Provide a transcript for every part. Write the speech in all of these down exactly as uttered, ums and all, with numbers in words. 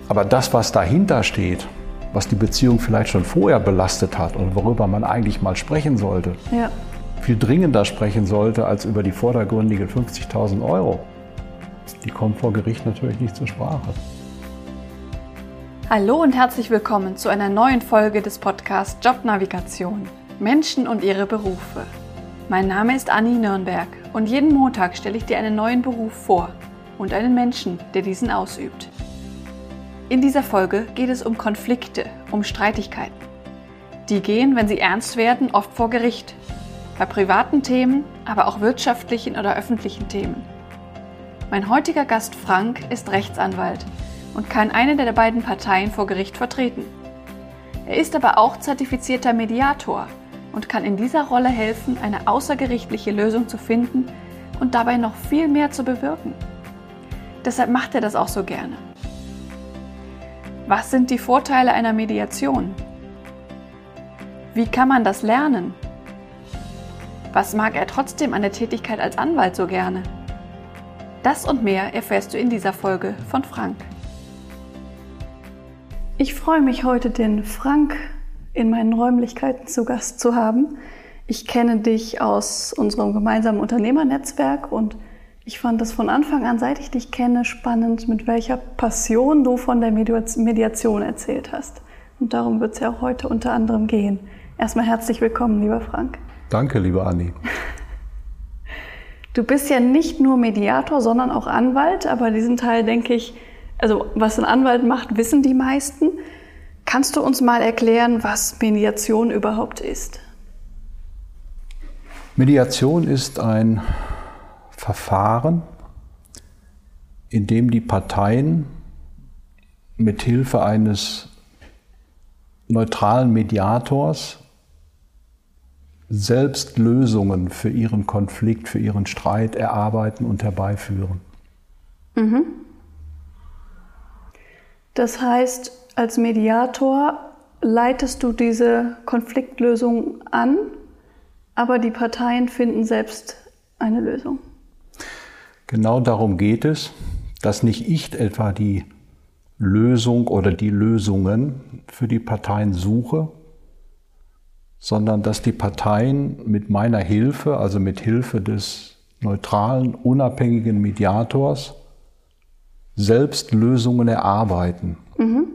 Aber das, was dahinter steht, was die Beziehung vielleicht schon vorher belastet hat und worüber man eigentlich mal sprechen sollte, ja. viel dringender sprechen sollte als über die vordergründigen fünfzigtausend Euro, die kommen vor Gericht natürlich nicht zur Sprache. Hallo und herzlich willkommen zu einer neuen Folge des Podcasts Jobnavigation – Menschen und ihre Berufe. Mein Name ist Anni Nürnberg und jeden Montag stelle ich dir einen neuen Beruf vor und einen Menschen, der diesen ausübt. In dieser Folge geht es um Konflikte, um Streitigkeiten. Die gehen, wenn sie ernst werden, oft vor Gericht. Bei privaten Themen, aber auch wirtschaftlichen oder öffentlichen Themen. Mein heutiger Gast Frank ist Rechtsanwalt und kann eine der beiden Parteien vor Gericht vertreten. Er ist aber auch zertifizierter Mediator und kann in dieser Rolle helfen, eine außergerichtliche Lösung zu finden und dabei noch viel mehr zu bewirken. Deshalb macht er das auch so gerne. Was sind die Vorteile einer Mediation? Wie kann man das lernen? Was mag er trotzdem an der Tätigkeit als Anwalt so gerne? Das und mehr erfährst du in dieser Folge von Frank. Ich freue mich heute, den Frank in meinen Räumlichkeiten zu Gast zu haben. Ich kenne dich aus unserem gemeinsamen Unternehmernetzwerk und ich fand das von Anfang an, seit ich dich kenne, spannend, mit welcher Passion du von der Mediation erzählt hast. Und darum wird es ja auch heute unter anderem gehen. Erstmal herzlich willkommen, lieber Frank. Danke, liebe Anni. Du bist ja nicht nur Mediator, sondern auch Anwalt, aber diesen Teil, denke ich, also was ein Anwalt macht, wissen die meisten. Kannst du uns mal erklären, was Mediation überhaupt ist? Mediation ist ein Verfahren, in dem die Parteien mit Hilfe eines neutralen Mediators selbst Lösungen für ihren Konflikt, für ihren Streit erarbeiten und herbeiführen. Mhm. Das heißt, als Mediator leitest du diese Konfliktlösung an, aber die Parteien finden selbst eine Lösung. Genau darum geht es, dass nicht ich etwa die Lösung oder die Lösungen für die Parteien suche, sondern dass die Parteien mit meiner Hilfe, also mit Hilfe des neutralen, unabhängigen Mediators, selbst Lösungen erarbeiten. Mhm.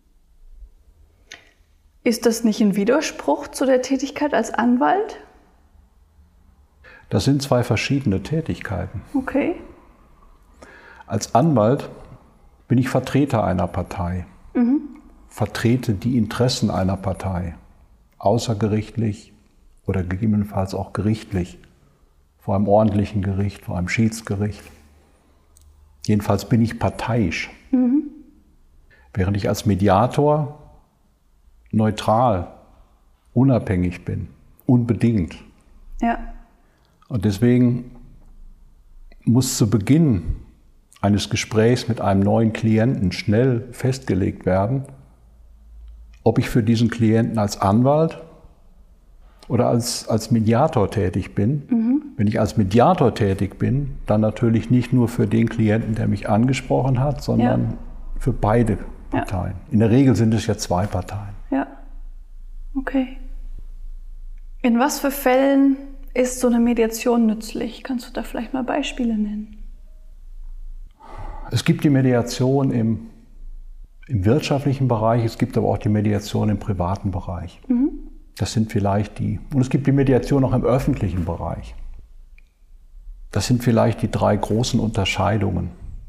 Ist das nicht ein Widerspruch zu der Tätigkeit als Anwalt? Das sind zwei verschiedene Tätigkeiten. Okay. Als Anwalt bin ich Vertreter einer Partei, Mhm. vertrete die Interessen einer Partei, außergerichtlich oder gegebenenfalls auch gerichtlich, vor einem ordentlichen Gericht, vor einem Schiedsgericht. Jedenfalls bin ich parteiisch, Mhm. während ich als Mediator neutral, unabhängig bin, unbedingt. Ja. Und deswegen muss zu Beginn eines Gesprächs mit einem neuen Klienten schnell festgelegt werden, ob ich für diesen Klienten als Anwalt oder als, als Mediator tätig bin. Mhm. Wenn ich als Mediator tätig bin, dann natürlich nicht nur für den Klienten, der mich angesprochen hat, sondern Ja. für beide Parteien. Ja. In der Regel sind es ja zwei Parteien. Ja. Okay. In was für Fällen ist so eine Mediation nützlich? Kannst du da vielleicht mal Beispiele nennen? Es gibt die Mediation im, im wirtschaftlichen Bereich, es gibt aber auch die Mediation im privaten Bereich. Mhm. Das sind vielleicht die, und es gibt die Mediation auch im öffentlichen Bereich. Das sind vielleicht die drei großen Unterscheidungen.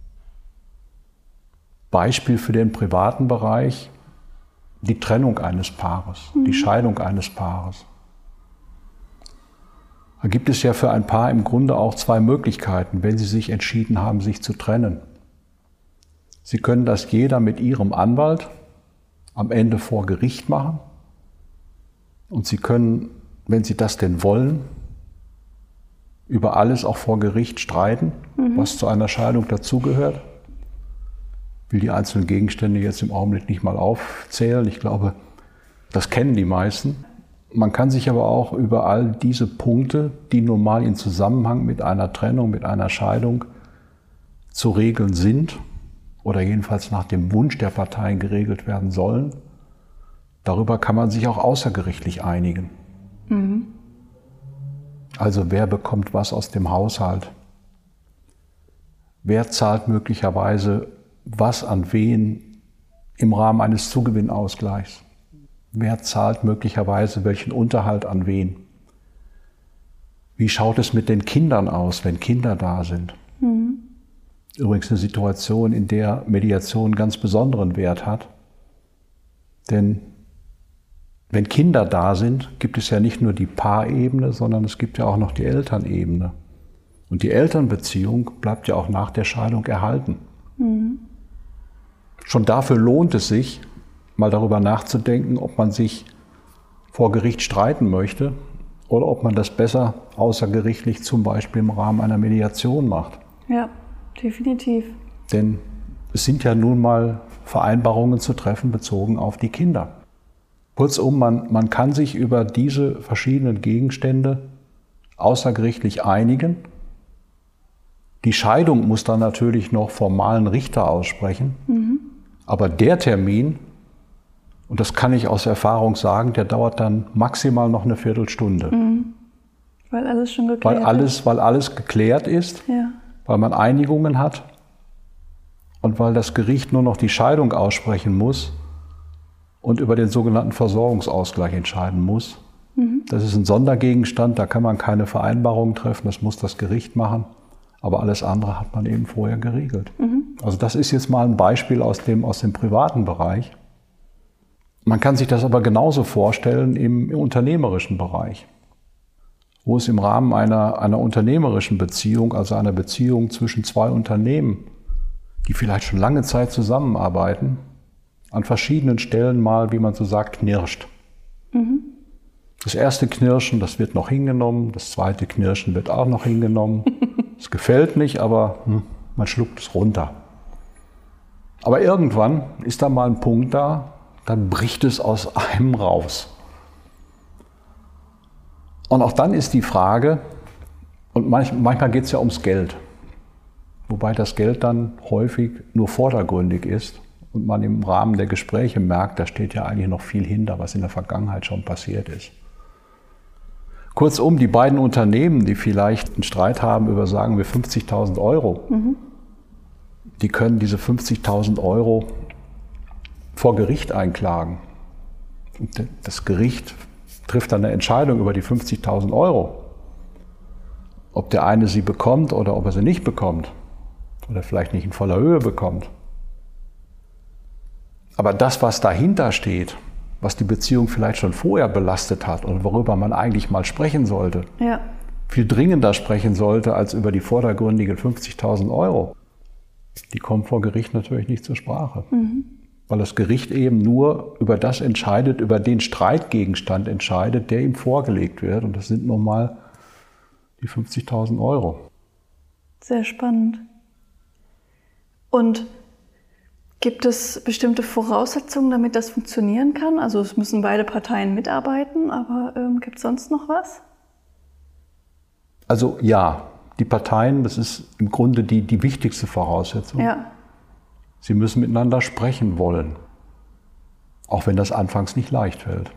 Beispiel für den privaten Bereich, die Trennung eines Paares, mhm. die Scheidung eines Paares. Da gibt es ja für ein Paar im Grunde auch zwei Möglichkeiten, wenn sie sich entschieden haben, sich zu trennen. Sie können das jeder mit ihrem Anwalt am Ende vor Gericht machen. Und Sie können, wenn Sie das denn wollen, über alles auch vor Gericht streiten, mhm. was zu einer Scheidung dazugehört. Ich will die einzelnen Gegenstände jetzt im Augenblick nicht mal aufzählen. Ich glaube, das kennen die meisten. Man kann sich aber auch über all diese Punkte, die normal in Zusammenhang mit einer Trennung, mit einer Scheidung zu regeln sind oder jedenfalls nach dem Wunsch der Parteien geregelt werden sollen. Darüber kann man sich auch außergerichtlich einigen. Mhm. Also wer bekommt was aus dem Haushalt? Wer zahlt möglicherweise was an wen im Rahmen eines Zugewinnausgleichs? Wer zahlt möglicherweise welchen Unterhalt an wen? Wie schaut es mit den Kindern aus, wenn Kinder da sind? Mhm. Übrigens eine Situation, in der Mediation ganz besonderen Wert hat. Denn wenn Kinder da sind, gibt es ja nicht nur die Paarebene, sondern es gibt ja auch noch die Elternebene. Und die Elternbeziehung bleibt ja auch nach der Scheidung erhalten. Mhm. Schon dafür lohnt es sich, mal darüber nachzudenken, ob man sich vor Gericht streiten möchte oder ob man das besser außergerichtlich zum Beispiel im Rahmen einer Mediation macht. Ja, definitiv. Denn es sind ja nun mal Vereinbarungen zu treffen bezogen auf die Kinder. Kurzum, man, man kann sich über diese verschiedenen Gegenstände außergerichtlich einigen. Die Scheidung muss dann natürlich noch formalen Richter aussprechen. Mhm. Aber der Termin, und das kann ich aus Erfahrung sagen, der dauert dann maximal noch eine Viertelstunde. Mhm. Weil alles schon geklärt weil alles, ist. Weil alles geklärt ist, ja. Weil man Einigungen hat und weil das Gericht nur noch die Scheidung aussprechen muss und über den sogenannten Versorgungsausgleich entscheiden muss. Mhm. Das ist ein Sondergegenstand, da kann man keine Vereinbarungen treffen, das muss das Gericht machen. Aber alles andere hat man eben vorher geregelt. Mhm. Also das ist jetzt mal ein Beispiel aus dem, aus dem privaten Bereich. Man kann sich das aber genauso vorstellen im, im unternehmerischen Bereich, wo es im Rahmen einer, einer unternehmerischen Beziehung, also einer Beziehung zwischen zwei Unternehmen, die vielleicht schon lange Zeit zusammenarbeiten, an verschiedenen Stellen mal, wie man so sagt, knirscht. Mhm. Das erste Knirschen, das wird noch hingenommen, das zweite Knirschen wird auch noch hingenommen. Es gefällt nicht, aber hm, man schluckt es runter. Aber irgendwann ist da mal ein Punkt da, dann bricht es aus einem raus. Und auch dann ist die Frage, und manch, manchmal geht es ja ums Geld, wobei das Geld dann häufig nur vordergründig ist und man im Rahmen der Gespräche merkt, da steht ja eigentlich noch viel hinter, was in der Vergangenheit schon passiert ist. Kurzum, die beiden Unternehmen, die vielleicht einen Streit haben über, sagen wir, fünfzigtausend Euro, mhm. die können diese fünfzigtausend Euro vor Gericht einklagen. Und das Gericht trifft dann eine Entscheidung über die fünfzigtausend Euro. Ob der eine sie bekommt oder ob er sie nicht bekommt. Oder vielleicht nicht in voller Höhe bekommt. Aber das, was dahinter steht, was die Beziehung vielleicht schon vorher belastet hat und worüber man eigentlich mal sprechen sollte, ja. viel dringender sprechen sollte als über die vordergründigen fünfzigtausend Euro, die kommen vor Gericht natürlich nicht zur Sprache. Mhm. Weil das Gericht eben nur über das entscheidet, über den Streitgegenstand entscheidet, der ihm vorgelegt wird. Und das sind nun mal die fünfzigtausend Euro. Sehr spannend. Und gibt es bestimmte Voraussetzungen, damit das funktionieren kann? Also es müssen beide Parteien mitarbeiten, aber ähm, gibt es sonst noch was? Also ja, die Parteien, das ist im Grunde die, die wichtigste Voraussetzung. Ja. Sie müssen miteinander sprechen wollen, auch wenn das anfangs nicht leicht fällt.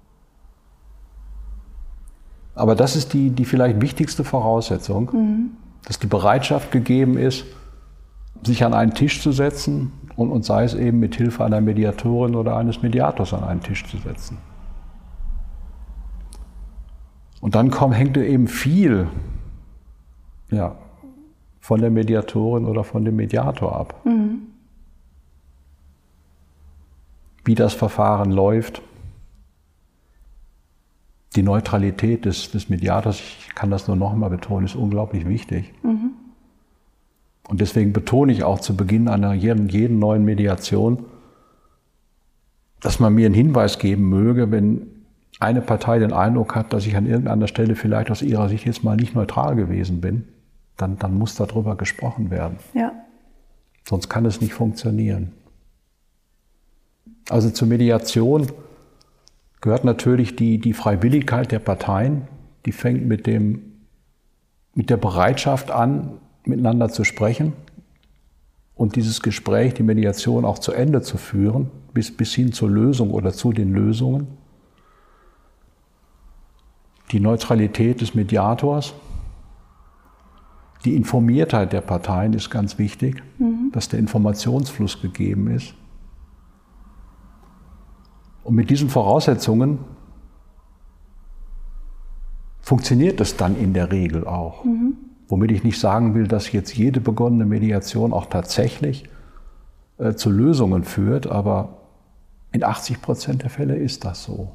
Aber das ist die, die vielleicht wichtigste Voraussetzung, mhm. dass die Bereitschaft gegeben ist, sich an einen Tisch zu setzen und, und sei es eben mit Hilfe einer Mediatorin oder eines Mediators an einen Tisch zu setzen. Und dann kommt, hängt eben viel ja, von der Mediatorin oder von dem Mediator ab. Mhm. Wie das Verfahren läuft, die Neutralität des, des Mediators, ich kann das nur noch mal betonen, ist unglaublich wichtig. Mhm. Und deswegen betone ich auch zu Beginn einer jeden, jeden neuen Mediation, dass man mir einen Hinweis geben möge, wenn eine Partei den Eindruck hat, dass ich an irgendeiner Stelle vielleicht aus ihrer Sicht jetzt mal nicht neutral gewesen bin, dann, dann muss darüber gesprochen werden. Ja. Sonst kann es nicht funktionieren. Also zur Mediation gehört natürlich die, die Freiwilligkeit der Parteien. Die fängt mit, dem, mit der Bereitschaft an, miteinander zu sprechen und dieses Gespräch, die Mediation auch zu Ende zu führen, bis, bis hin zur Lösung oder zu den Lösungen. Die Neutralität des Mediators. Die Informiertheit der Parteien ist ganz wichtig, mhm. dass der Informationsfluss gegeben ist. Und mit diesen Voraussetzungen funktioniert es dann in der Regel auch. Mhm. Womit ich nicht sagen will, dass jetzt jede begonnene Mediation auch tatsächlich äh, zu Lösungen führt, aber in achtzig Prozent der Fälle ist das so.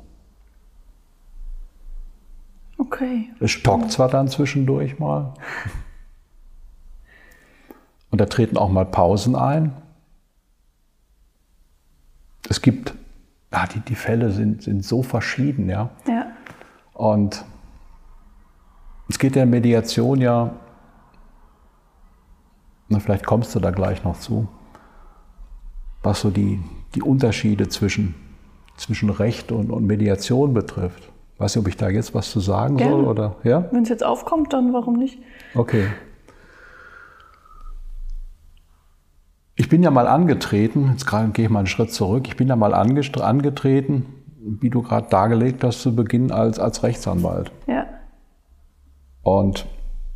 Okay. Es stockt zwar dann zwischendurch mal. Und da treten auch mal Pausen ein. Es gibt, ja, die, die Fälle sind, sind so verschieden, ja. Ja. Und es geht der Mediation ja, na, vielleicht kommst du da gleich noch zu, was so die, die Unterschiede zwischen, zwischen Recht und, und Mediation betrifft. Weiß nicht, ob ich da jetzt was zu sagen Gerne. soll, oder? Ja? Wenn es jetzt aufkommt, dann warum nicht? Okay. Ich bin ja mal angetreten, jetzt gerade gehe ich mal einen Schritt zurück, ich bin ja mal angetreten, wie du gerade dargelegt hast, zu Beginn als, als Rechtsanwalt. Ja. Und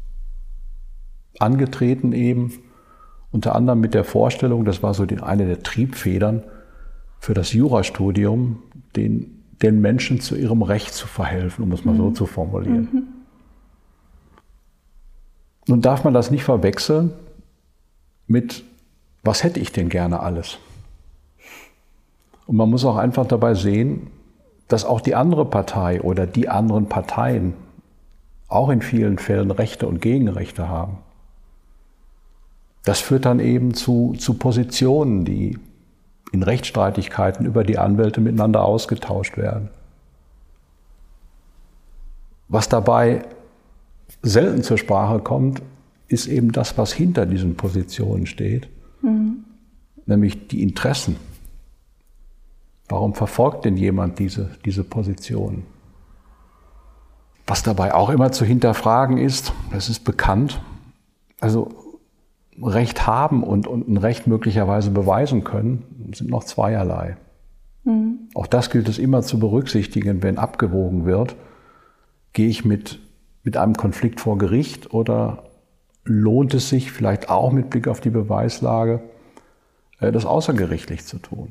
angetreten eben unter anderem mit der Vorstellung, das war so die, eine der Triebfedern für das Jurastudium, den, den Menschen zu ihrem Recht zu verhelfen, um es mal mhm. so zu formulieren. Mhm. Nun darf man das nicht verwechseln mit, was hätte ich denn gerne alles? Und man muss auch einfach dabei sehen, dass auch die andere Partei oder die anderen Parteien auch in vielen Fällen Rechte und Gegenrechte haben. Das führt dann eben zu, zu Positionen, die in Rechtsstreitigkeiten über die Anwälte miteinander ausgetauscht werden. Was dabei selten zur Sprache kommt, ist eben das, was hinter diesen Positionen steht, mhm. nämlich die Interessen. Warum verfolgt denn jemand diese, diese Positionen? Was dabei auch immer zu hinterfragen ist, das ist bekannt, also Recht haben und, und ein Recht möglicherweise beweisen können, sind noch zweierlei. Mhm. Auch das gilt es immer zu berücksichtigen, wenn abgewogen wird, gehe ich mit, mit einem Konflikt vor Gericht oder lohnt es sich vielleicht auch mit Blick auf die Beweislage, das außergerichtlich zu tun.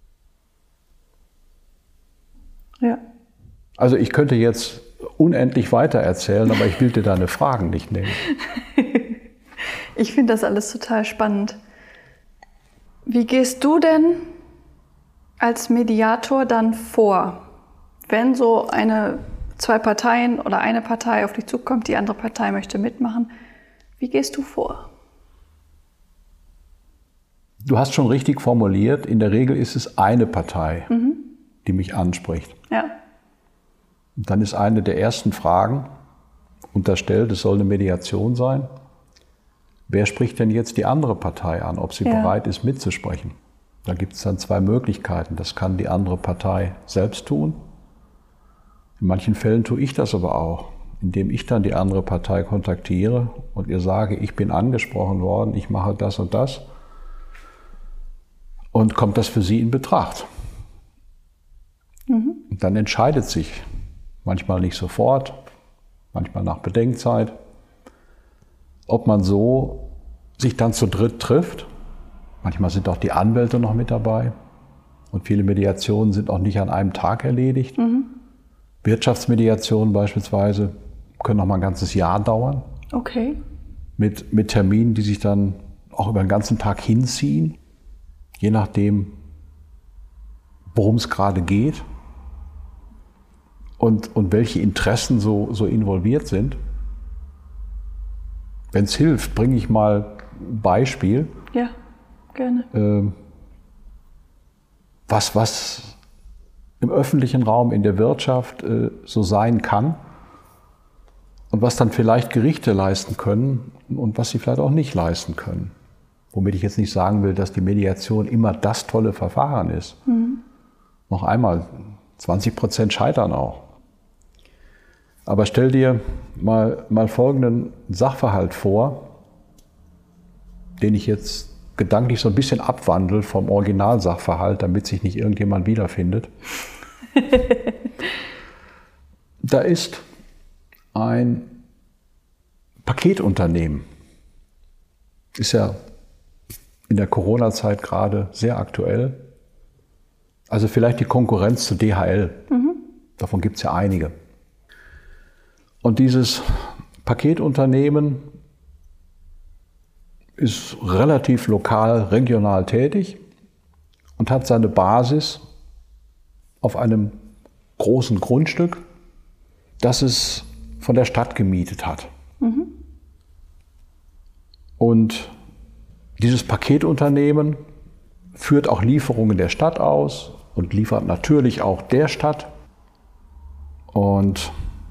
Ja. Also ich könnte jetzt unendlich weiter erzählen, aber ich will dir deine Fragen nicht nehmen. Ich finde das alles total spannend. Wie gehst du denn als Mediator dann vor, wenn so eine, zwei Parteien oder eine Partei auf dich zukommt, die andere Partei möchte mitmachen? Wie gehst du vor? Du hast schon richtig formuliert, in der Regel ist es eine Partei, mhm. die mich anspricht. Ja. Und dann ist eine der ersten Fragen unterstellt, es soll eine Mediation sein. Wer spricht denn jetzt die andere Partei an, ob sie ja. bereit ist mitzusprechen? Da gibt es dann zwei Möglichkeiten. Das kann die andere Partei selbst tun. In manchen Fällen tue ich das aber auch, indem ich dann die andere Partei kontaktiere und ihr sage, ich bin angesprochen worden, ich mache das und das. Und kommt das für sie in Betracht? Mhm. Und dann entscheidet sich, manchmal nicht sofort, manchmal nach Bedenkzeit, ob man so sich dann zu dritt trifft. Manchmal sind auch die Anwälte noch mit dabei. Und viele Mediationen sind auch nicht an einem Tag erledigt. Mhm. Wirtschaftsmediationen beispielsweise können noch mal ein ganzes Jahr dauern. Okay. Mit, mit Terminen, die sich dann auch über den ganzen Tag hinziehen. Je nachdem, worum es gerade geht. Und, und welche Interessen so, so involviert sind. Wenn es hilft, bringe ich mal ein Beispiel. Ja, gerne. Ähm, was, was im öffentlichen Raum, in der Wirtschaft äh, so sein kann und was dann vielleicht Gerichte leisten können und was sie vielleicht auch nicht leisten können. Womit ich jetzt nicht sagen will, dass die Mediation immer das tolle Verfahren ist. Mhm. Noch einmal, zwanzig Prozent scheitern auch. Aber stell dir mal, mal folgenden Sachverhalt vor, den ich jetzt gedanklich so ein bisschen abwandle vom Originalsachverhalt, damit sich nicht irgendjemand wiederfindet. Da ist ein Paketunternehmen. Ist ja in der Corona-Zeit gerade sehr aktuell. Also vielleicht die Konkurrenz zu D H L. Mhm. Davon gibt es ja einige. Und dieses Paketunternehmen ist relativ lokal, regional tätig und hat seine Basis auf einem großen Grundstück, das es von der Stadt gemietet hat. Mhm. Und dieses Paketunternehmen führt auch Lieferungen der Stadt aus und liefert natürlich auch der Stadt. Und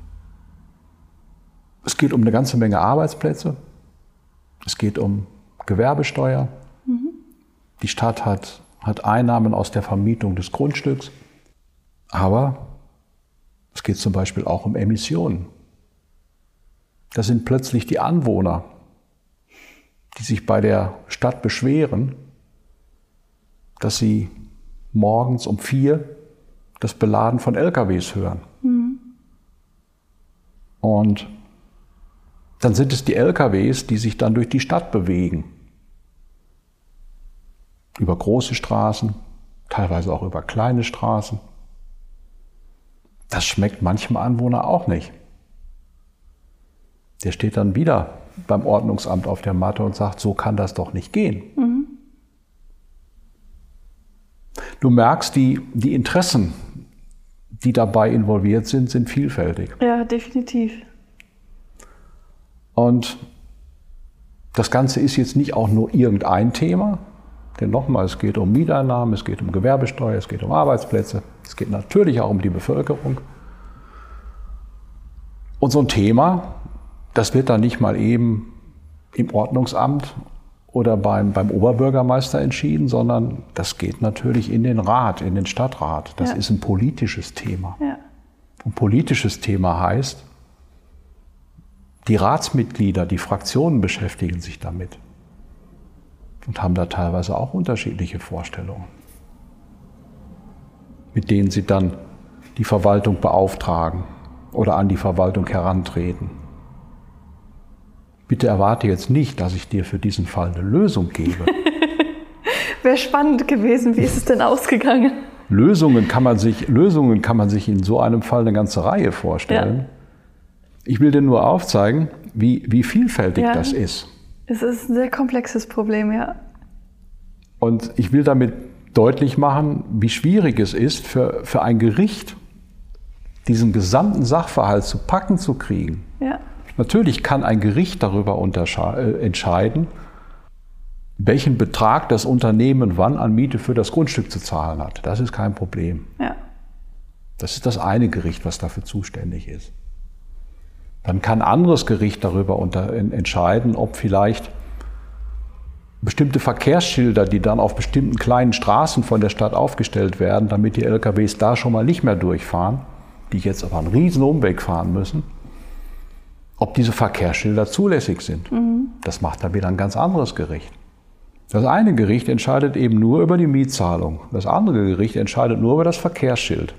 es geht um eine ganze Menge Arbeitsplätze. Es geht um Gewerbesteuer. Mhm. Die Stadt hat, hat Einnahmen aus der Vermietung des Grundstücks. Aber es geht zum Beispiel auch um Emissionen. Das sind plötzlich die Anwohner, die sich bei der Stadt beschweren, dass sie morgens um vier das Beladen von L K Ws hören. Mhm. Und dann sind es die L K Ws, die sich dann durch die Stadt bewegen. Über große Straßen, teilweise auch über kleine Straßen. Das schmeckt manchem Anwohner auch nicht. Der steht dann wieder beim Ordnungsamt auf der Matte und sagt, so kann das doch nicht gehen. Mhm. Du merkst, die, die Interessen, die dabei involviert sind, sind vielfältig. Ja, definitiv. Und das Ganze ist jetzt nicht auch nur irgendein Thema, denn nochmal, es geht um Mieteinnahmen, es geht um Gewerbesteuer, es geht um Arbeitsplätze, es geht natürlich auch um die Bevölkerung. Und so ein Thema, das wird dann nicht mal eben im Ordnungsamt oder beim, beim Oberbürgermeister entschieden, sondern das geht natürlich in den Rat, in den Stadtrat. Das ja. ist ein politisches Thema. Ja. Ein politisches Thema heißt, die Ratsmitglieder, die Fraktionen beschäftigen sich damit und haben da teilweise auch unterschiedliche Vorstellungen, mit denen sie dann die Verwaltung beauftragen oder an die Verwaltung herantreten. Bitte erwarte jetzt nicht, dass ich dir für diesen Fall eine Lösung gebe. Wäre spannend gewesen. Wie ist es denn ausgegangen? Lösungen kann man sich, Lösungen kann man sich in so einem Fall eine ganze Reihe vorstellen. Ja. Ich will dir nur aufzeigen, wie, wie vielfältig ja, das ist. Es ist ein sehr komplexes Problem, ja. Und ich will damit deutlich machen, wie schwierig es ist, für, für ein Gericht diesen gesamten Sachverhalt zu packen zu kriegen. Ja. Natürlich kann ein Gericht darüber äh, entscheiden, welchen Betrag das Unternehmen wann an Miete für das Grundstück zu zahlen hat. Das ist kein Problem. Ja. Das ist das eine Gericht, was dafür zuständig ist. Dann kann ein anderes Gericht darüber unter, in, entscheiden, ob vielleicht bestimmte Verkehrsschilder, die dann auf bestimmten kleinen Straßen von der Stadt aufgestellt werden, damit die L K Ws da schon mal nicht mehr durchfahren, die jetzt aber einen riesen Umweg fahren müssen, ob diese Verkehrsschilder zulässig sind. Mhm. Das macht dann wieder ein ganz anderes Gericht. Das eine Gericht entscheidet eben nur über die Mietzahlung. Das andere Gericht entscheidet nur über das Verkehrsschild.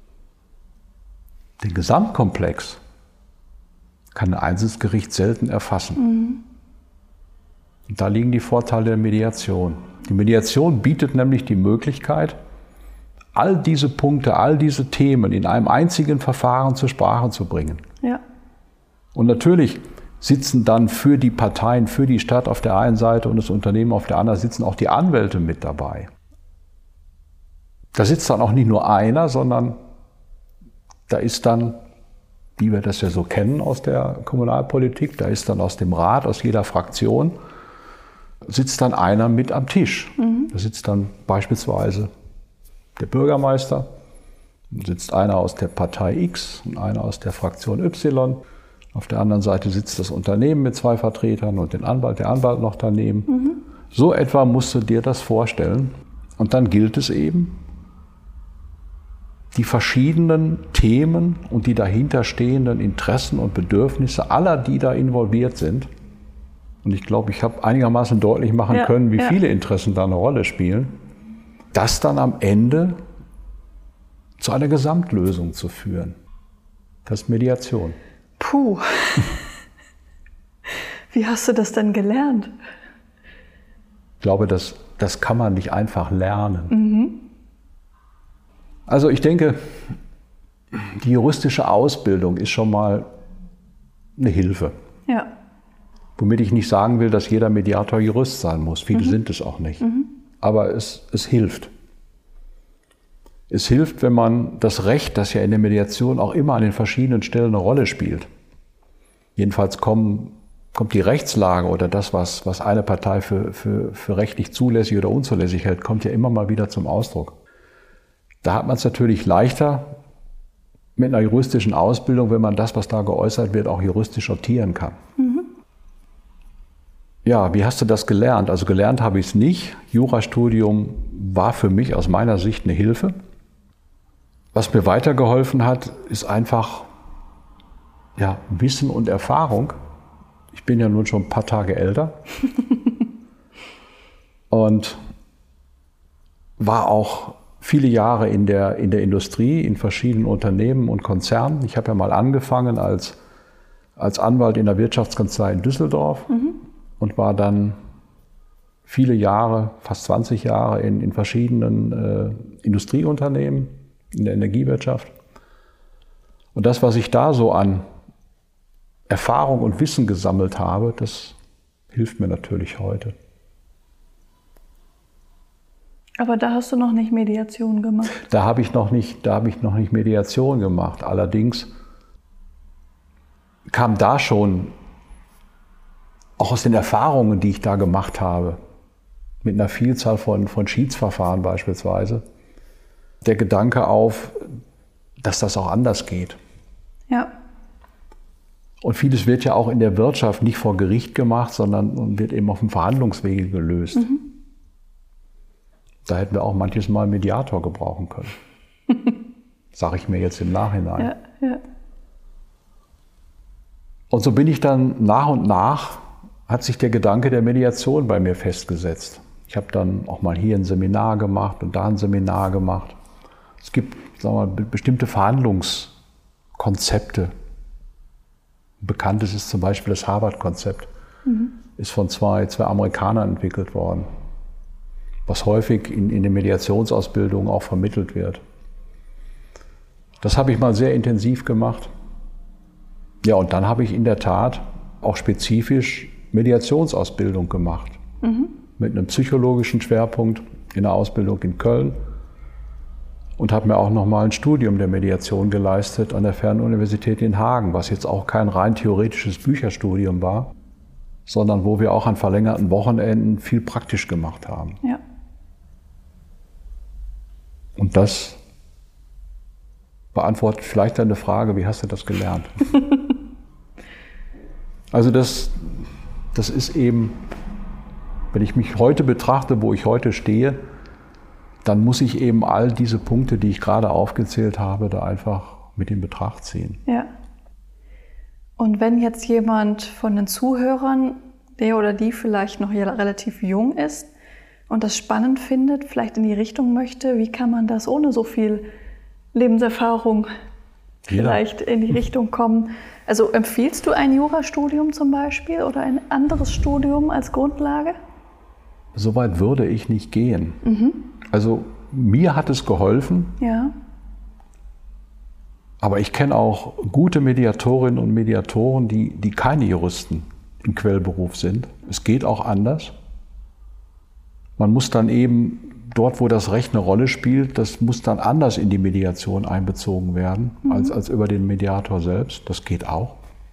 Den Gesamtkomplex kann ein einzelnes Gericht selten erfassen. Mhm. Und da liegen die Vorteile der Mediation. Die Mediation bietet nämlich die Möglichkeit, all diese Punkte, all diese Themen in einem einzigen Verfahren zur Sprache zu bringen. Ja. Und natürlich sitzen dann für die Parteien, für die Stadt auf der einen Seite und das Unternehmen auf der anderen, sitzen auch die Anwälte mit dabei. Da sitzt dann auch nicht nur einer, sondern da ist dann, wie wir das ja so kennen aus der Kommunalpolitik, da ist dann aus dem Rat, aus jeder Fraktion, sitzt dann einer mit am Tisch. Mhm. Da sitzt dann beispielsweise der Bürgermeister, dann sitzt einer aus der Partei X und einer aus der Fraktion Y. Auf der anderen Seite sitzt das Unternehmen mit zwei Vertretern und den Anwalt, der Anwalt noch daneben. Mhm. So etwa musst du dir das vorstellen. Und dann gilt es eben, die verschiedenen Themen und die dahinterstehenden Interessen und Bedürfnisse aller, die da involviert sind, und ich glaube, ich habe einigermaßen deutlich machen ja, können, wie ja. viele Interessen da eine Rolle spielen, das dann am Ende zu einer Gesamtlösung zu führen. Das ist Mediation. Puh. Wie hast du das denn gelernt? Ich glaube, das, das kann man nicht einfach lernen. Mhm. Also ich denke, die juristische Ausbildung ist schon mal eine Hilfe. Ja. Womit ich nicht sagen will, dass jeder Mediator Jurist sein muss. Viele Mhm. sind es auch nicht. Mhm. Aber es, es hilft. Es hilft, wenn man das Recht, das ja in der Mediation auch immer an den verschiedenen Stellen eine Rolle spielt. Jedenfalls kommen, kommt die Rechtslage oder das, was, was eine Partei für, für, für rechtlich zulässig oder unzulässig hält, kommt ja immer mal wieder zum Ausdruck. Da hat man es natürlich leichter mit einer juristischen Ausbildung, wenn man das, was da geäußert wird, auch juristisch sortieren kann. Mhm. Ja, wie hast du das gelernt? Also gelernt habe ich es nicht. Jurastudium war für mich aus meiner Sicht eine Hilfe. Was mir weitergeholfen hat, ist einfach ja, Wissen und Erfahrung. Ich bin ja nun schon ein paar Tage älter und war auch viele Jahre in der, in der Industrie, in verschiedenen Unternehmen und Konzernen. Ich habe ja mal angefangen als, als Anwalt in der Wirtschaftskanzlei in Düsseldorf mhm. und war dann viele Jahre, fast zwanzig Jahre in, in verschiedenen äh, Industrieunternehmen, in der Energiewirtschaft. Und das, was ich da so an Erfahrung und Wissen gesammelt habe, das hilft mir natürlich heute. Aber da hast du noch nicht Mediation gemacht? Da habe ich noch nicht, da habe ich noch nicht Mediation gemacht. Allerdings kam da schon, auch aus den Erfahrungen, die ich da gemacht habe, mit einer Vielzahl von, von Schiedsverfahren beispielsweise, der Gedanke auf, dass das auch anders geht. Ja. Und vieles wird ja auch in der Wirtschaft nicht vor Gericht gemacht, sondern wird eben auf dem Verhandlungswege gelöst. Mhm. Da hätten wir auch manches Mal einen Mediator gebrauchen können. Sage ich mir jetzt im Nachhinein. Ja, ja. Und so bin ich dann nach und nach, hat sich der Gedanke der Mediation bei mir festgesetzt. Ich habe dann auch mal hier ein Seminar gemacht und da ein Seminar gemacht. Es gibt, sagen wir mal, bestimmte Verhandlungskonzepte. Bekanntes ist zum Beispiel das Harvard-Konzept. Mhm. Ist von zwei, zwei Amerikanern entwickelt worden, was häufig in, in den Mediationsausbildungen auch vermittelt wird. Das habe ich mal sehr intensiv gemacht. Ja, und dann habe ich in der Tat auch spezifisch Mediationsausbildung gemacht. Mhm. Mit einem psychologischen Schwerpunkt in der Ausbildung in Köln. Und habe mir auch nochmal ein Studium der Mediation geleistet an der Fernuniversität in Hagen, was jetzt auch kein rein theoretisches Bücherstudium war, sondern wo wir auch an verlängerten Wochenenden viel praktisch gemacht haben. Ja. Und das beantwortet vielleicht deine Frage, wie hast du das gelernt? Also das, das ist eben, wenn ich mich heute betrachte, wo ich heute stehe, dann muss ich eben all diese Punkte, die ich gerade aufgezählt habe, da einfach mit in Betracht ziehen. Ja. Und wenn jetzt jemand von den Zuhörern, der oder die vielleicht noch relativ jung ist und das spannend findet, vielleicht in die Richtung möchte, wie kann man das ohne so viel Lebenserfahrung Jeder. vielleicht in die Richtung kommen? Also empfiehlst du ein Jurastudium zum Beispiel oder ein anderes Studium als Grundlage? Soweit würde ich nicht gehen. Mhm. Also mir hat es geholfen, ja. aber ich kenne auch gute Mediatorinnen und Mediatoren, die, die keine Juristen im Quellberuf sind. Es geht auch anders. Man muss dann eben dort, wo das Recht eine Rolle spielt, das muss dann anders in die Mediation einbezogen werden, mhm. als, als über den Mediator selbst. Das geht auch.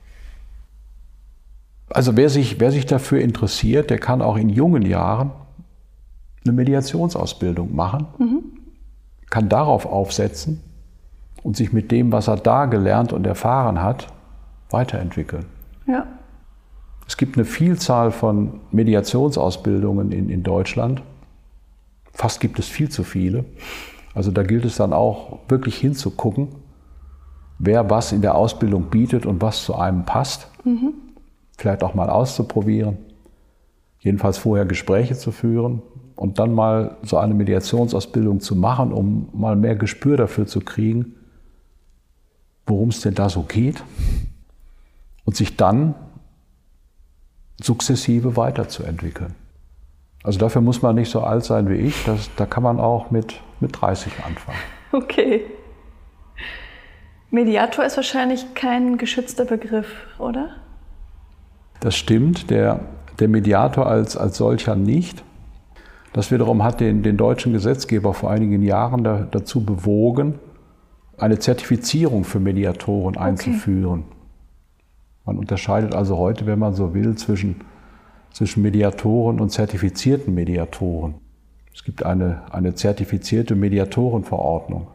Also wer sich, wer sich dafür interessiert, der kann auch in jungen Jahren eine Mediationsausbildung machen, mhm. kann darauf aufsetzen und sich mit dem, was er da gelernt und erfahren hat, weiterentwickeln. Ja. Es gibt eine Vielzahl von Mediationsausbildungen in, in Deutschland. Fast gibt es viel zu viele. Also da gilt es dann auch wirklich hinzugucken, wer was in der Ausbildung bietet und was zu einem passt. Mhm. Vielleicht auch mal auszuprobieren. jedenfalls vorher Gespräche zu führen und dann mal so eine Mediationsausbildung zu machen, um mal mehr Gespür dafür zu kriegen, worum es denn da so geht und sich dann sukzessive weiterzuentwickeln. Also dafür muss man nicht so alt sein wie ich, das, da kann man auch mit, mit dreißig anfangen. Okay. Mediator ist wahrscheinlich kein geschützter Begriff, oder? Das stimmt, der, der Mediator als, als solcher nicht. Das wiederum hat den, den deutschen Gesetzgeber vor einigen Jahren da, dazu bewogen, eine Zertifizierung für Mediatoren einzuführen. Okay. Man unterscheidet also heute, wenn man so will, zwischen, zwischen Mediatoren und zertifizierten Mediatoren. Es gibt eine, eine zertifizierte Mediatorenverordnung.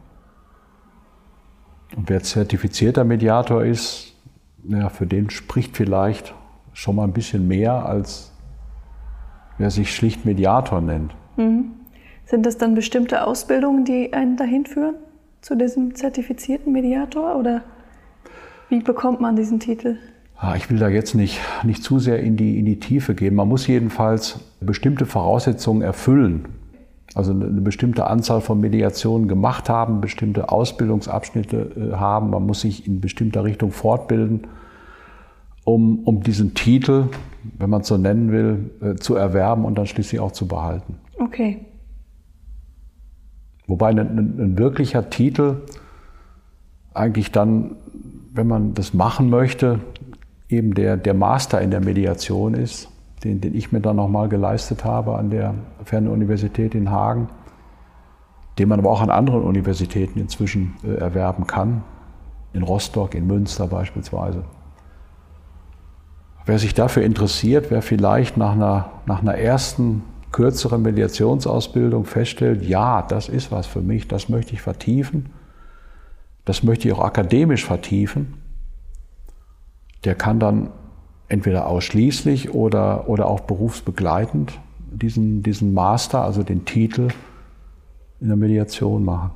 Und wer zertifizierter Mediator ist, ja, für den spricht vielleicht schon mal ein bisschen mehr, als wer sich schlicht Mediator nennt. Mhm. Sind das dann bestimmte Ausbildungen, die einen dahin führen, zu diesem zertifizierten Mediator? Oder wie bekommt man diesen Titel? Ich will da jetzt nicht, nicht zu sehr in die, in die Tiefe gehen. Man muss jedenfalls bestimmte Voraussetzungen erfüllen. Also eine, eine bestimmte Anzahl von Mediationen gemacht haben, bestimmte Ausbildungsabschnitte haben. Man muss sich in bestimmter Richtung fortbilden, um, um diesen Titel, wenn man es so nennen will, zu erwerben und dann schließlich auch zu behalten. Okay. Wobei ein, ein, ein wirklicher Titel eigentlich dann, wenn man das machen möchte, eben der, der Master in der Mediation ist, den, den ich mir dann nochmal geleistet habe an der Fernuniversität in Hagen, den man aber auch an anderen Universitäten inzwischen äh, erwerben kann, in Rostock, in Münster beispielsweise. Wer sich dafür interessiert, wer vielleicht nach einer, nach einer ersten kürzeren Mediationsausbildung feststellt, ja, das ist was für mich, das möchte ich vertiefen, das möchte ich auch akademisch vertiefen, der kann dann entweder ausschließlich oder, oder auch berufsbegleitend diesen, diesen Master, also den Titel in der Mediation machen.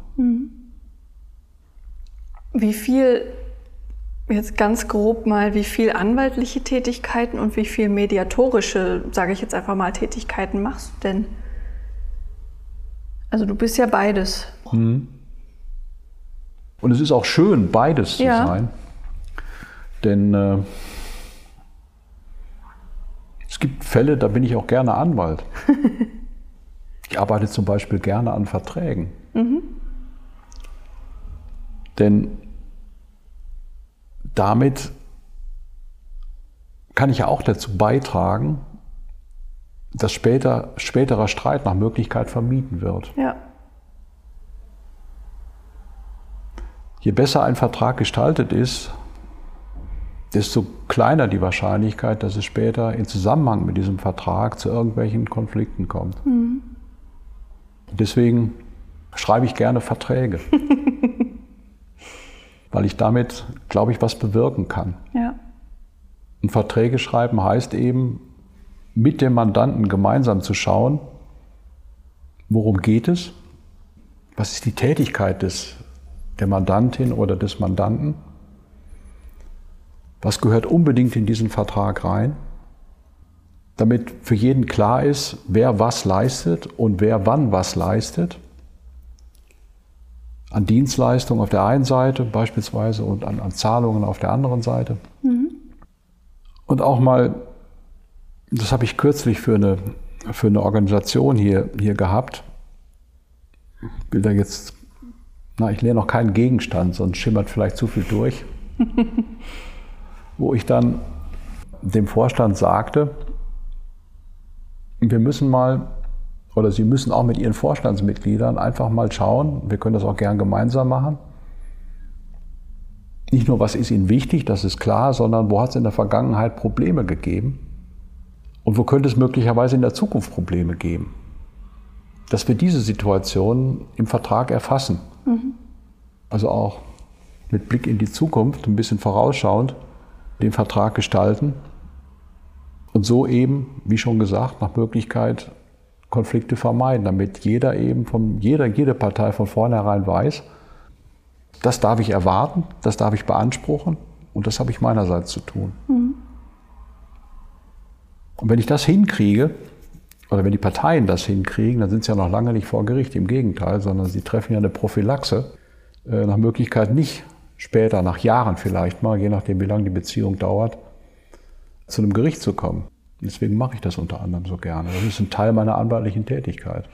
Wie viel, jetzt ganz grob mal, wie viel anwaltliche Tätigkeiten und wie viel mediatorische, sage ich jetzt einfach mal, Tätigkeiten machst du denn? Also du bist ja beides. Mhm. Und es ist auch schön, beides zu ja. sein. Denn äh, es gibt Fälle, da bin ich auch gerne Anwalt. Ich arbeite zum Beispiel gerne an Verträgen. Mhm. Denn damit kann ich ja auch dazu beitragen, dass später, späterer Streit nach Möglichkeit vermieden wird. Ja. Je besser ein Vertrag gestaltet ist, desto kleiner die Wahrscheinlichkeit, dass es später in Zusammenhang mit diesem Vertrag zu irgendwelchen Konflikten kommt. Mhm. Deswegen schreibe ich gerne Verträge, weil ich damit, glaube ich, was bewirken kann. Ja. Und Verträge schreiben heißt eben, mit dem Mandanten gemeinsam zu schauen, worum geht es, was ist die Tätigkeit des, der Mandantin oder des Mandanten, was gehört unbedingt in diesen Vertrag rein, damit für jeden klar ist, wer was leistet und wer wann was leistet. An Dienstleistungen auf der einen Seite beispielsweise und an, an Zahlungen auf der anderen Seite. Mhm. Und auch mal, das habe ich kürzlich für eine, für eine Organisation hier, hier gehabt, ich will da jetzt, na, ich lehne noch keinen Gegenstand, sonst schimmert vielleicht zu viel durch. Wo ich dann dem Vorstand sagte, wir müssen mal, oder Sie müssen auch mit Ihren Vorstandsmitgliedern einfach mal schauen, wir können das auch gern gemeinsam machen, nicht nur, was ist Ihnen wichtig, das ist klar, sondern wo hat es in der Vergangenheit Probleme gegeben und wo könnte es möglicherweise in der Zukunft Probleme geben, dass wir diese Situation im Vertrag erfassen. Mhm. Also auch mit Blick in die Zukunft, ein bisschen vorausschauend, den Vertrag gestalten und so eben, wie schon gesagt, nach Möglichkeit Konflikte vermeiden, damit jeder eben von jeder, jede Partei von vornherein weiß, das darf ich erwarten, das darf ich beanspruchen und das habe ich meinerseits zu tun. Mhm. Und wenn ich das hinkriege, oder wenn die Parteien das hinkriegen, dann sind sie ja noch lange nicht vor Gericht, im Gegenteil, sondern sie treffen ja eine Prophylaxe, äh, nach Möglichkeit nicht später, nach Jahren vielleicht mal, je nachdem wie lange die Beziehung dauert, zu einem Gericht zu kommen. Deswegen mache ich das unter anderem so gerne. Das ist ein Teil meiner anwaltlichen Tätigkeit.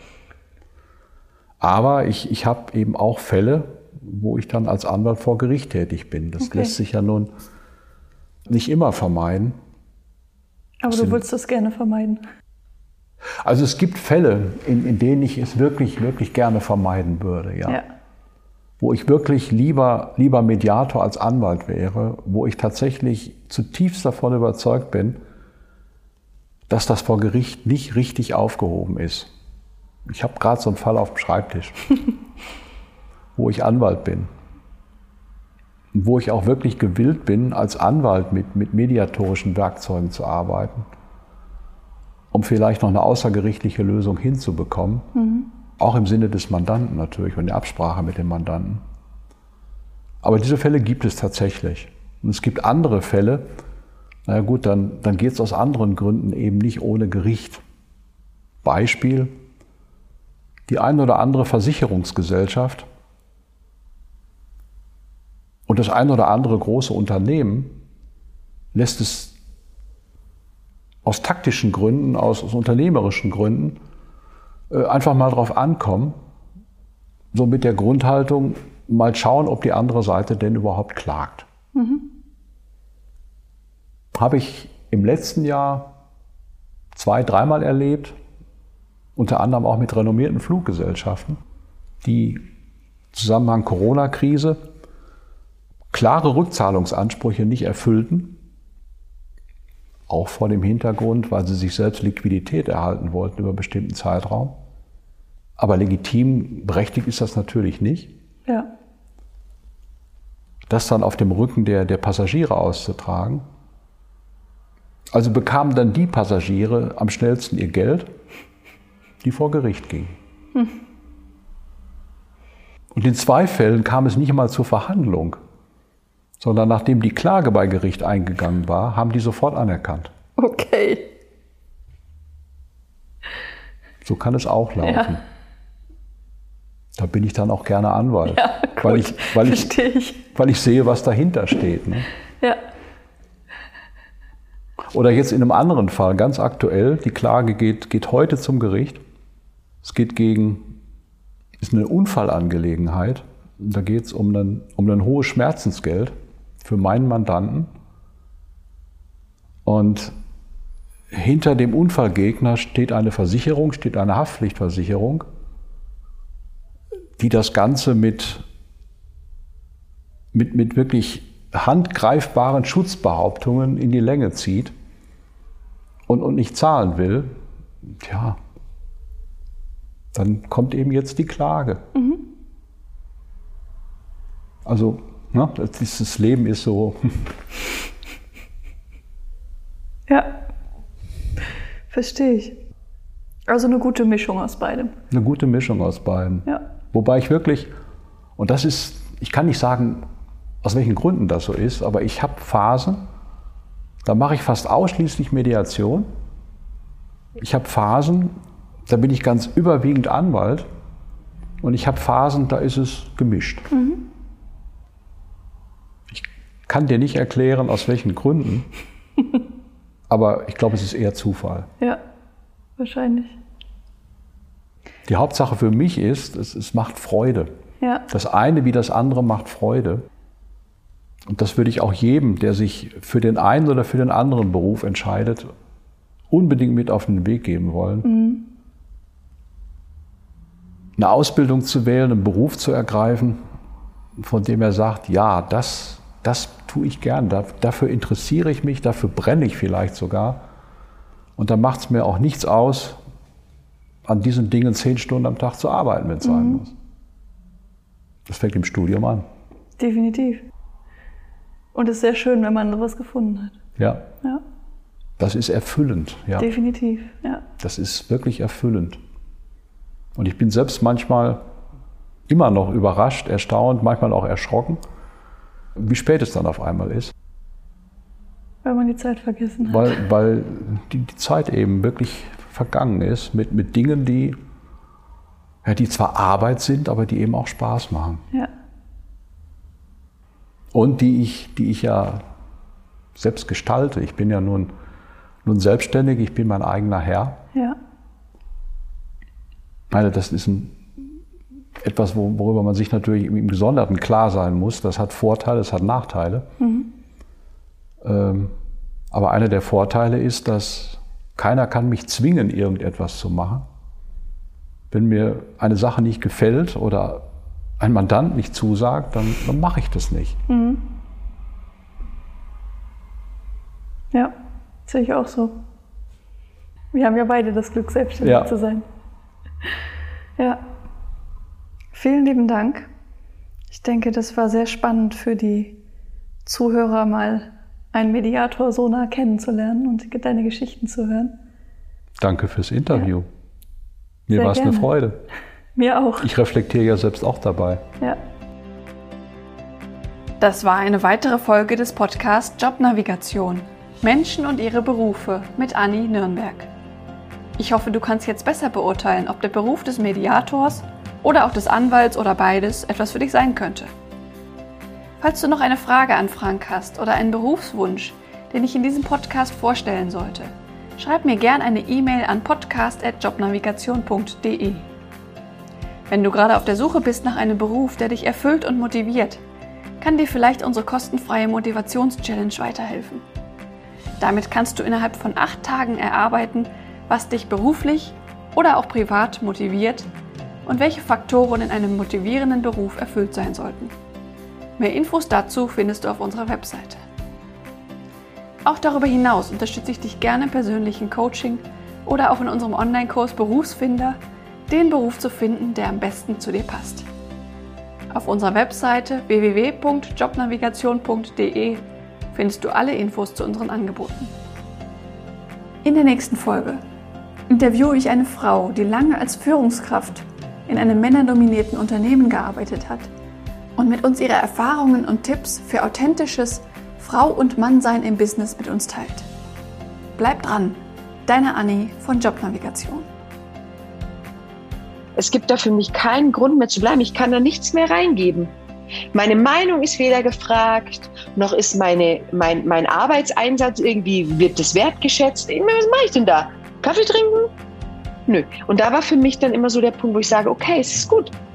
Aber ich, ich habe eben auch Fälle, wo ich dann als Anwalt vor Gericht tätig bin. Das okay. lässt sich ja nun nicht immer vermeiden. Aber du würdest das gerne vermeiden? Also es gibt Fälle, in, in denen ich es wirklich, wirklich gerne vermeiden würde, ja. ja. Wo ich wirklich lieber, lieber Mediator als Anwalt wäre, wo ich tatsächlich zutiefst davon überzeugt bin, dass das vor Gericht nicht richtig aufgehoben ist. Ich habe gerade so einen Fall auf dem Schreibtisch, wo ich Anwalt bin. Und wo ich auch wirklich gewillt bin, als Anwalt mit, mit mediatorischen Werkzeugen zu arbeiten, um vielleicht noch eine außergerichtliche Lösung hinzubekommen. Mhm. Auch im Sinne des Mandanten natürlich und der Absprache mit dem Mandanten. Aber diese Fälle gibt es tatsächlich. Und es gibt andere Fälle, na gut, dann, dann geht es aus anderen Gründen eben nicht ohne Gericht. Beispiel, die eine oder andere Versicherungsgesellschaft und das eine oder andere große Unternehmen lässt es aus taktischen Gründen, aus, aus unternehmerischen Gründen äh, einfach mal drauf ankommen, so mit der Grundhaltung, mal schauen, ob die andere Seite denn überhaupt klagt. Mhm. Habe ich im letzten Jahr zwei, dreimal erlebt, unter anderem auch mit renommierten Fluggesellschaften, die im Zusammenhang Corona-Krise klare Rückzahlungsansprüche nicht erfüllten, auch vor dem Hintergrund, weil sie sich selbst Liquidität erhalten wollten über einen bestimmten Zeitraum. Aber legitim berechtigt ist das natürlich nicht. Ja. Das dann auf dem Rücken der, der Passagiere auszutragen. Also bekamen dann die Passagiere am schnellsten ihr Geld, die vor Gericht gingen. Hm. Und in zwei Fällen kam es nicht mal zur Verhandlung, sondern nachdem die Klage bei Gericht eingegangen war, haben die sofort anerkannt. Okay. So kann es auch laufen. Ja. Da bin ich dann auch gerne Anwalt, ja, gut. weil, ich, weil, Verstehe ich, ich. weil ich sehe, was dahinter steht. Ne? Ja. Oder jetzt in einem anderen Fall, ganz aktuell, die Klage geht, geht heute zum Gericht. Es geht gegen, ist eine Unfallangelegenheit. Da geht es um ein, um ein hohes Schmerzensgeld für meinen Mandanten. Und hinter dem Unfallgegner steht eine Versicherung, steht eine Haftpflichtversicherung, die das Ganze mit, mit, mit wirklich handgreifbaren Schutzbehauptungen in die Länge zieht und, und nicht zahlen will. Tja, dann kommt eben jetzt die Klage. Mhm. Also, ne, dieses Leben ist so. Ja, verstehe ich. Also eine gute Mischung aus beidem. Eine gute Mischung aus beidem. Ja. Wobei ich wirklich, und das ist, ich kann nicht sagen, aus welchen Gründen das so ist, aber ich habe Phasen, da mache ich fast ausschließlich Mediation. Ich habe Phasen, da bin ich ganz überwiegend Anwalt. Und ich habe Phasen, da ist es gemischt. Mhm. Ich kann dir nicht erklären, aus welchen Gründen, aber ich glaube, es ist eher Zufall. Ja, wahrscheinlich. Die Hauptsache für mich ist, es, es macht Freude. Ja. Das eine wie das andere macht Freude. Und das würde ich auch jedem, der sich für den einen oder für den anderen Beruf entscheidet, unbedingt mit auf den Weg geben wollen. Mhm. Eine Ausbildung zu wählen, einen Beruf zu ergreifen, von dem er sagt, ja, das, das tue ich gern, dafür interessiere ich mich, dafür brenne ich vielleicht sogar. Und dann macht es mir auch nichts aus, an diesen Dingen zehn Stunden am Tag zu arbeiten, wenn es mhm. sein muss. Das fängt im Studium an. Definitiv. Und es ist sehr schön, wenn man sowas gefunden hat. Ja. Ja. Das ist erfüllend. Ja. Definitiv, ja. Das ist wirklich erfüllend. Und ich bin selbst manchmal immer noch überrascht, erstaunt, manchmal auch erschrocken, wie spät es dann auf einmal ist. Weil man die Zeit vergessen hat. Weil, weil die, die Zeit eben wirklich vergangen ist mit, mit Dingen, die, ja, die zwar Arbeit sind, aber die eben auch Spaß machen. Ja. Und die ich, die ich ja selbst gestalte. Ich bin ja nun, nun selbstständig, ich bin mein eigener Herr. Ja. Ich meine, das ist ein, etwas, worüber man sich natürlich im Gesonderten klar sein muss. Das hat Vorteile, es hat Nachteile. Mhm. Ähm, aber einer der Vorteile ist, dass keiner kann mich zwingen, irgendetwas zu machen. Wenn mir eine Sache nicht gefällt oder ein Mandant nicht zusagt, dann, dann mache ich das nicht. Mhm. Ja, sehe ich auch so. Wir haben ja beide das Glück, selbstständig ja. zu sein. Ja. Vielen lieben Dank. Ich denke, das war sehr spannend für die Zuhörer, mal einen Mediator so nah kennenzulernen und deine Geschichten zu hören. Danke fürs Interview. Ja. Mir war es eine Freude. Mir auch. Ich reflektiere ja selbst auch dabei. Ja. Das war eine weitere Folge des Podcasts Jobnavigation. Menschen und ihre Berufe mit Anni Nürnberg. Ich hoffe, du kannst jetzt besser beurteilen, ob der Beruf des Mediators oder auch des Anwalts oder beides etwas für dich sein könnte. Falls du noch eine Frage an Frank hast oder einen Berufswunsch, den ich in diesem Podcast vorstellen sollte, schreib mir gern eine E-Mail an podcast at jobnavigation punkt de. Wenn du gerade auf der Suche bist nach einem Beruf, der dich erfüllt und motiviert, kann dir vielleicht unsere kostenfreie Motivations-Challenge weiterhelfen. Damit kannst du innerhalb von acht Tagen erarbeiten, was dich beruflich oder auch privat motiviert und welche Faktoren in einem motivierenden Beruf erfüllt sein sollten. Mehr Infos dazu findest du auf unserer Webseite. Auch darüber hinaus unterstütze ich dich gerne im persönlichen Coaching oder auch in unserem Online-Kurs Berufsfinder, den Beruf zu finden, der am besten zu dir passt. Auf unserer Webseite w w w punkt jobnavigation punkt de findest du alle Infos zu unseren Angeboten. In der nächsten Folge interviewe ich eine Frau, die lange als Führungskraft in einem männerdominierten Unternehmen gearbeitet hat und mit uns ihre Erfahrungen und Tipps für authentisches Frau- und Mannsein im Business mit uns teilt. Bleib dran, deine Anni von Jobnavigation. Es gibt da für mich keinen Grund mehr zu bleiben. Ich kann da nichts mehr reingeben. Meine Meinung ist weder gefragt, noch ist meine, mein, mein Arbeitseinsatz irgendwie, wird das wertgeschätzt. Was mache ich denn da? Kaffee trinken? Nö. Und da war für mich dann immer so der Punkt, wo ich sage, okay, es ist gut.